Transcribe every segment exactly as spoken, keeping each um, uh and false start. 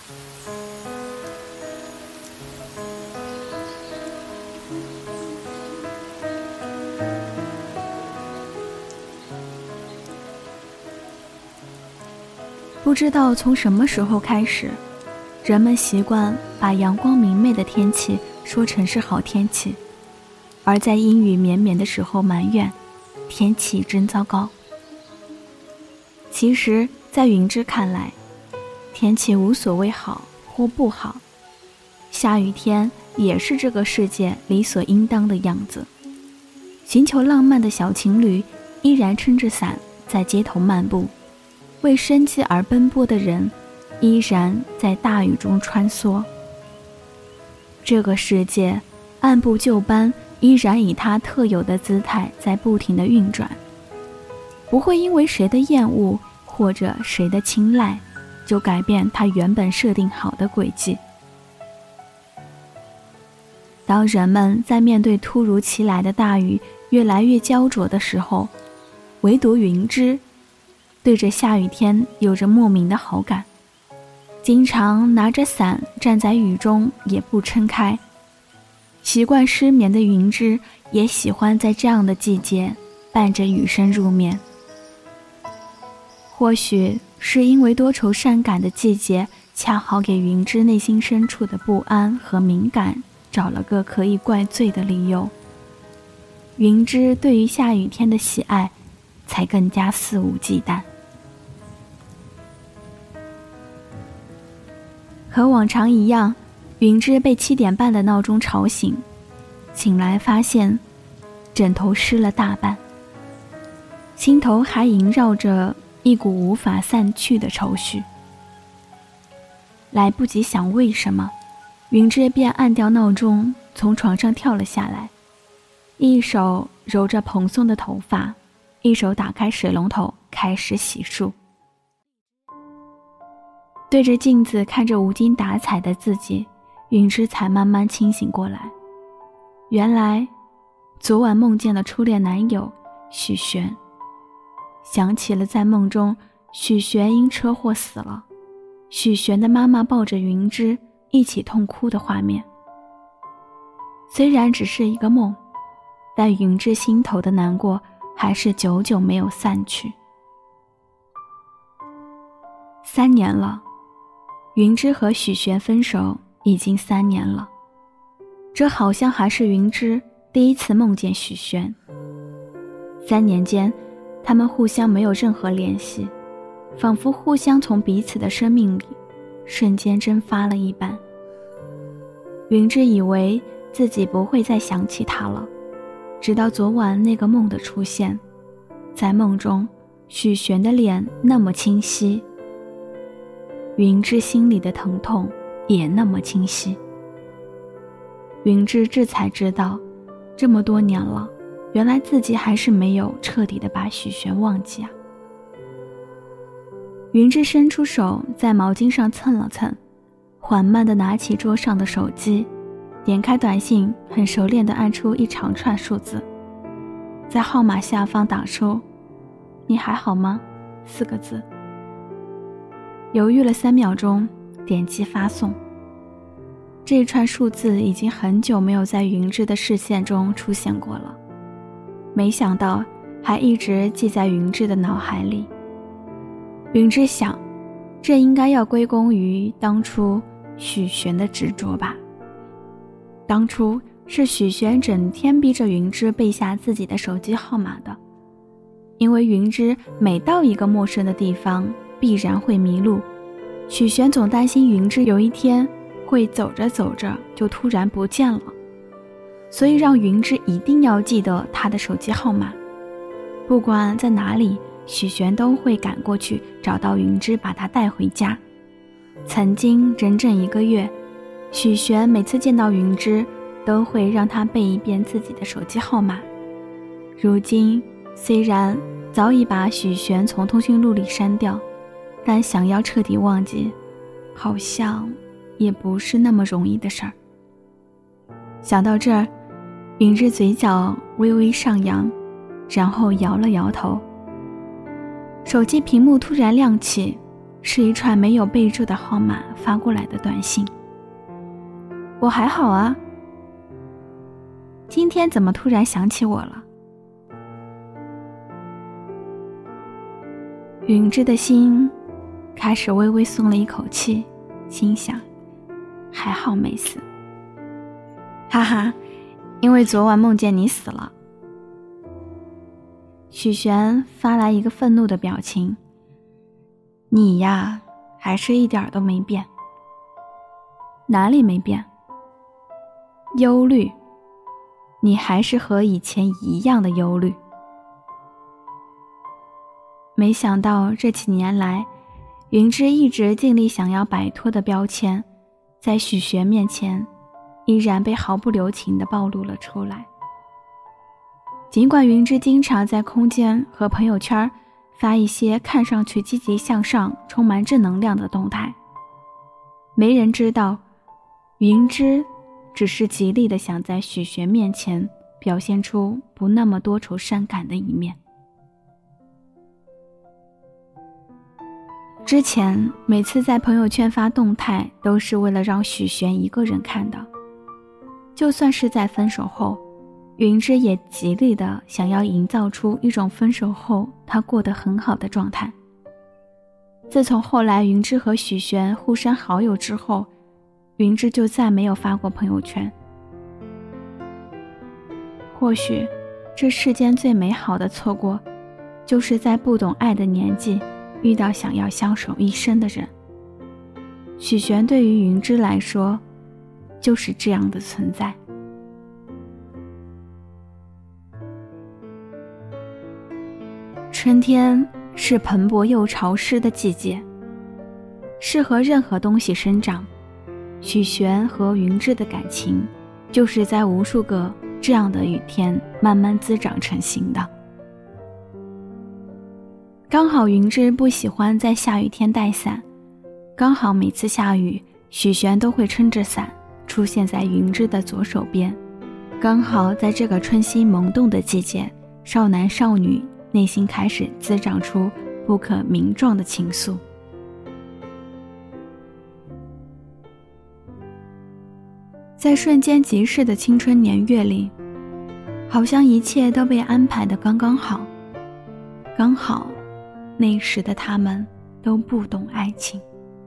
不知道从什么时候开始，人们习惯把阳光明媚的天气说成是好天气，而在阴雨绵绵的时候埋怨天气真糟糕。其实在云芝看来，天气无所谓好或不好，下雨天也是这个世界理所应当的样子。寻求浪漫的小情侣依然撑着伞在街头漫步，为生计而奔波的人依然在大雨中穿梭。这个世界按部就班，依然以它特有的姿态在不停地运转，不会因为谁的厌恶或者谁的青睐就改变它原本设定好的轨迹。当人们在面对突如其来的大雨越来越焦灼的时候，唯独云芝对着下雨天有着莫名的好感，经常拿着伞站在雨中也不撑开。习惯失眠的云芝也喜欢在这样的季节伴着雨声入眠。或许是因为多愁善感的季节恰好给云芝内心深处的不安和敏感找了个可以怪罪的理由，云芝对于下雨天的喜爱才更加肆无忌惮。和往常一样，云芝被七点半的闹钟吵醒，醒来发现枕头湿了大半，心头还萦绕着一股无法散去的愁绪。来不及想为什么，云芝便按掉闹钟，从床上跳了下来，一手揉着蓬松的头发，一手打开水龙头开始洗漱。对着镜子看着无精打采的自己，云芝才慢慢清醒过来。原来昨晚梦见了初恋男友许玄，想起了在梦中许玄因车祸死了，许玄的妈妈抱着云芝一起痛哭的画面。虽然只是一个梦，但云芝心头的难过还是久久没有散去。三年了，云芝和许玄分手已经三年了，这好像还是云芝第一次梦见许玄。三年间，他们互相没有任何联系，仿佛互相从彼此的生命里瞬间蒸发了一般。云芝以为自己不会再想起他了，直到昨晚那个梦的出现，在梦中许玄的脸那么清晰，云芝心里的疼痛也那么清晰。云芝这才知道，这么多年了，原来自己还是没有彻底的把许玄忘记啊。云芝伸出手在毛巾上蹭了蹭，缓慢地拿起桌上的手机，点开短信，很熟练地按出一长串数字，在号码下方打出你还好吗四个字。犹豫了三秒钟，点击发送。这一串数字已经很久没有在云芝的视线中出现过了，没想到还一直记在云芝的脑海里。云芝想，这应该要归功于当初许玄的执着吧。当初是许玄整天逼着云芝背下自己的手机号码的，因为云芝每到一个陌生的地方必然会迷路，许玄总担心云芝有一天会走着走着就突然不见了，所以让云芝一定要记得他的手机号码，不管在哪里，许玄都会赶过去找到云芝，把她带回家。曾经整整一个月，许玄每次见到云芝都会让她背一遍自己的手机号码。如今虽然早已把许玄从通讯录里删掉，但想要彻底忘记，好像也不是那么容易的事儿。想到这儿，云芝嘴角微微上扬，然后摇了摇头。手机屏幕突然亮起， 是一串没有备注的号码发过来的短信。我还好啊，今天怎么突然想起我了？云芝的心开始微微松了一口气，心想还好没死。哈哈，因为昨晚梦见你死了。许玄发来一个愤怒的表情。你呀，还是一点都没变。哪里没变？忧虑，你还是和以前一样的忧虑。没想到这几年来，云芝一直尽力想要摆脱的标签，在许玄面前依然被毫不留情地暴露了出来。尽管云芝经常在空间和朋友圈发一些看上去积极向上、充满正能量的动态，没人知道云芝只是极力地想在许玄面前表现出不那么多愁善感的一面。之前每次在朋友圈发动态都是为了让许玄一个人看到，就算是在分手后，云芝也极力的想要营造出一种分手后他过得很好的状态。自从后来云芝和许玄互删好友之后，云芝就再没有发过朋友圈。或许这世间最美好的错过，就是在不懂爱的年纪遇到想要相守一生的人。许玄对于云芝来说就是这样的存在。春天是蓬勃又潮湿的季节，适合任何东西生长。许玄和云芝的感情就是在无数个这样的雨天慢慢滋长成型的。刚好云芝不喜欢在下雨天带伞，刚好每次下雨，许玄都会撑着伞出现在云芝的左手边。刚好在这个春心萌动的季节，少男少女内心开始滋长出不可名状的情愫。在瞬间即逝的青春年月里，好像一切都被安排得刚刚好，刚好那时的他们都不懂爱情。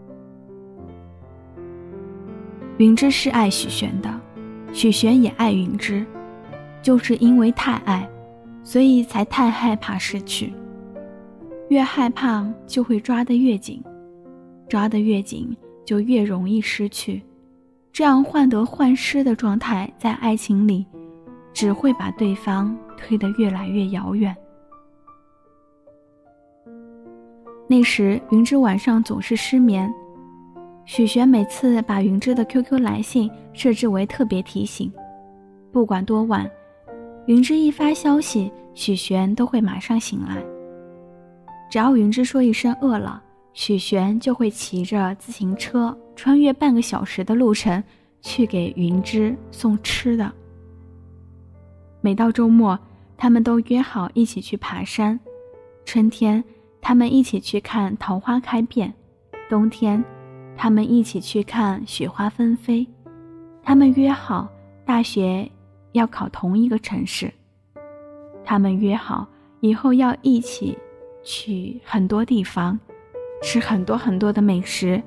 云芝是爱许玄的，许玄也爱云芝，就是因为太爱，所以才太害怕失去。越害怕就会抓得越紧，抓得越紧就越容易失去。这样患得患失的状态在爱情里只会把对方推得越来越遥远。那时云芝晚上总是失眠，许玄每次把云芝的 Q Q 来信设置为特别提醒，不管多晚，云芝一发消息，许玄都会马上醒来。只要云芝说一声饿了，许玄就会骑着自行车穿越半个小时的路程去给云芝送吃的。每到周末，他们都约好一起去爬山，春天他们一起去看桃花开遍，冬天他们一起去看雪花纷飞。他们约好大学要考同一个城市，他们约好以后要一起去很多地方吃很多很多的美食。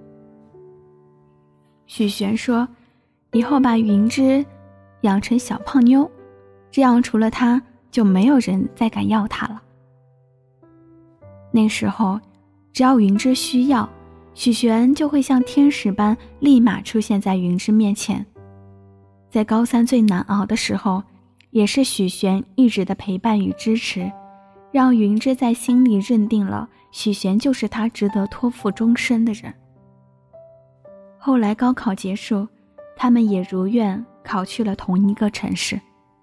许玄说以后把云芝养成小胖妞，这样除了他就没有人再敢要他了。那时候只要云芝需要，许玄就会像天使般立马出现在云芝面前。在高三最难熬的时候，也是许玄一直的陪伴与支持，让云芝在心里认定了许玄就是他值得托付终身的人。后来高考结束，他们也如愿考去了同一个城市。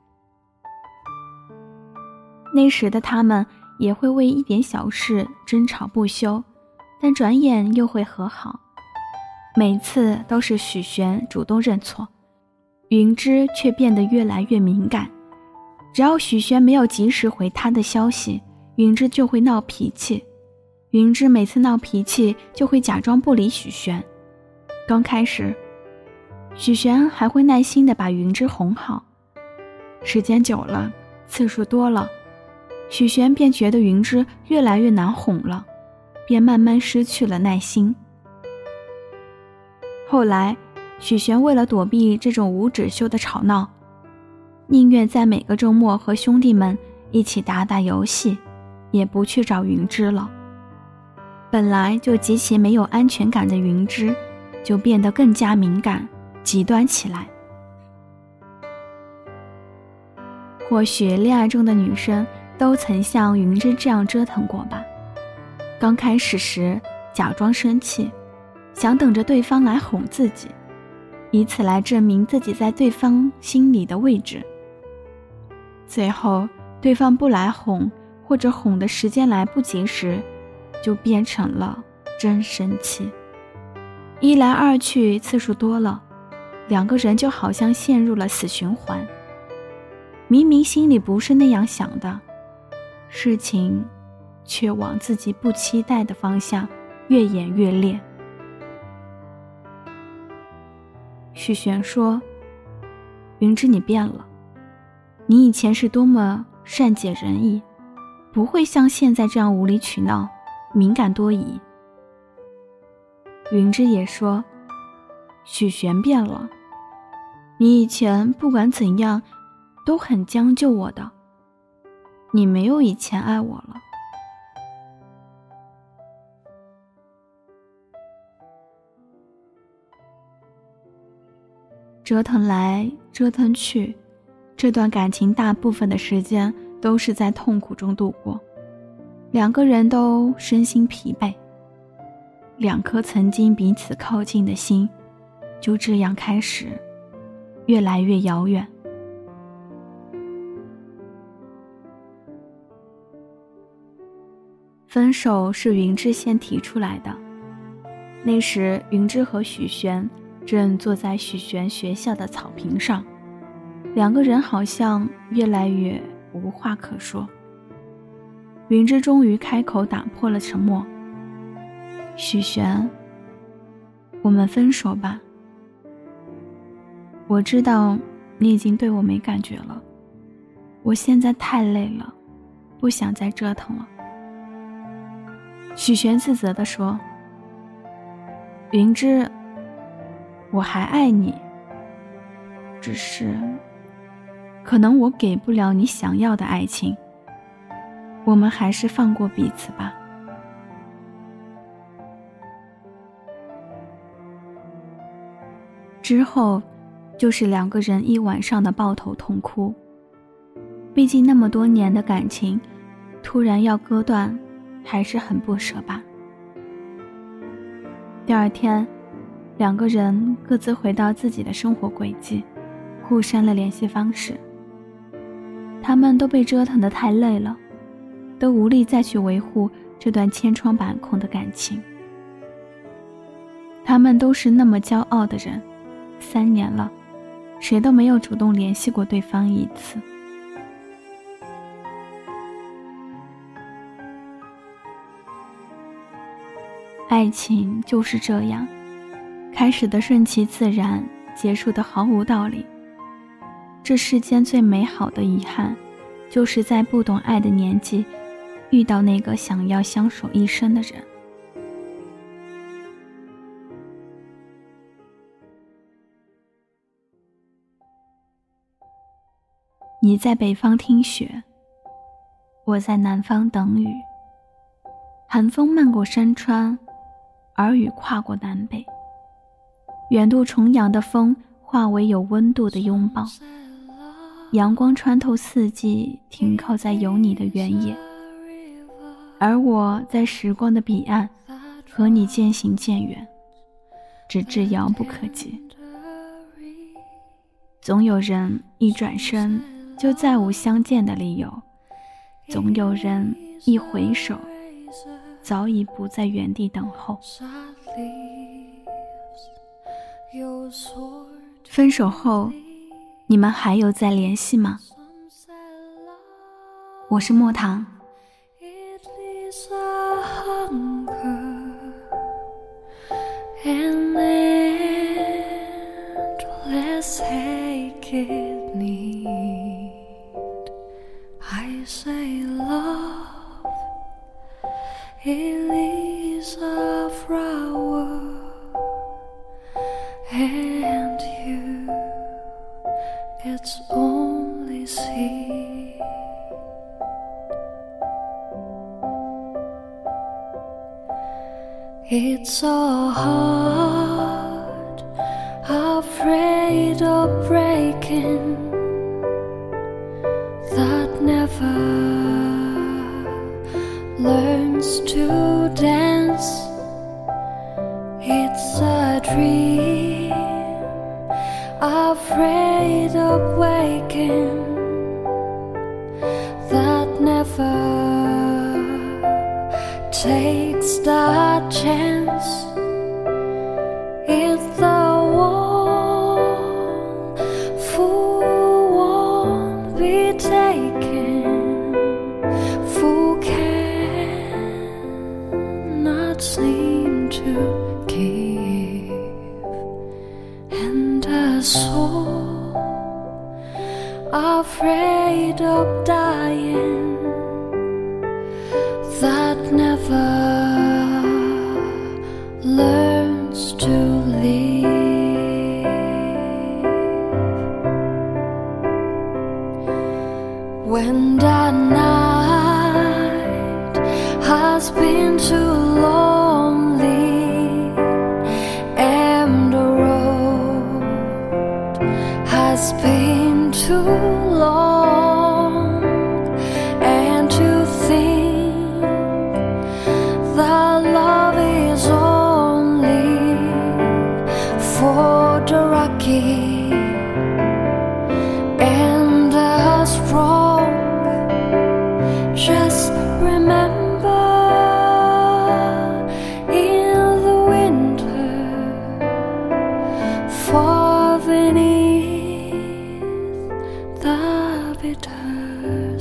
那时的他们也会为一点小事争吵不休，但转眼又会和好。每次都是许玄主动认错，云芝却变得越来越敏感。只要许玄没有及时回他的消息，云芝就会闹脾气。 云芝每次闹脾气就会假装不理许玄，刚开始许玄还会耐心地把云芝哄好，时间久了，次数多了，许玄便觉得云芝越来越难哄了，便慢慢失去了耐心。后来许玄为了躲避这种无止休的吵闹，宁愿在每个周末和兄弟们一起打打游戏，也不去找云芝了。本来就极其没有安全感的云芝，就变得更加敏感、极端起来。或许恋爱中的女生都曾像云芝这样折腾过吧。刚开始时假装生气，想等着对方来哄自己，以此来证明自己在对方心里的位置。最后对方不来哄，或者哄的时间来不及时，就变成了真生气。一来二去，次数多了，两个人就好像陷入了死循环。明明心里不是那样想的，事情却往自己不期待的方向越演越烈。许玄说，云芝你变了，你以前是多么善解人意，不会像现在这样无理取闹，敏感多疑。云芝也说，许玄变了，你以前不管怎样都很将就我的，你没有以前爱我了。折腾来折腾去，这段感情大部分的时间都是在痛苦中度过，两个人都身心疲惫，两颗曾经彼此靠近的心就这样开始越来越遥远。分手是云芝先提出来的，那时云芝和许玄正坐在许玄学校的草坪上，两个人好像越来越无话可说。云芝终于开口打破了沉默，许玄，我们分手吧。我知道你已经对我没感觉了，我现在太累了，不想再折腾了。许玄自责地说，云芝，我还爱你，只是可能我给不了你想要的爱情，我们还是放过彼此吧。之后就是两个人一晚上的抱头痛哭，毕竟那么多年的感情突然要割断，还是很不舍吧。第二天两个人各自回到自己的生活轨迹，互删了联系方式。他们都被折腾得太累了，都无力再去维护这段千疮百孔的感情。他们都是那么骄傲的人，三年了，谁都没有主动联系过对方一次。爱情就是这样，开始的顺其自然，结束的毫无道理。这世间最美好的遗憾，就是在不懂爱的年纪，遇到那个想要相守一生的人。你在北方听雪，我在南方等雨。寒风漫过山川，而雨跨过南北。远渡重洋的风化为有温度的拥抱，阳光穿透四季，停靠在有你的原野。而我在时光的彼岸，和你渐行渐远，直至遥不可及。总有人一转身就再无相见的理由，总有人一回首早已不在原地等候。分手后你们还有在联系吗？我是莫糖。 hunger and endless ache it need. I say love, it is a flower, and you, it's only seed. It's so hard, afraid of breaking, that never learns to dance. It's a dream, afraid of waking, that never takes the chance. It's the one who won't be taken, who cannot seem to give, and a soul afraid of dying, that never learns to live. When the night has been too lonely and the road has been too long, and to think that love is only for the lucky and the strong, just remember, in the winter, far beneath the bitter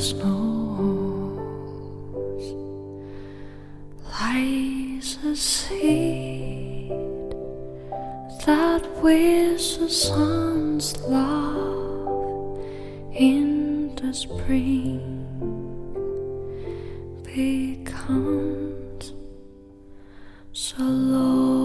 snows, lies a seed that with the sun's love in the spring becomes so low.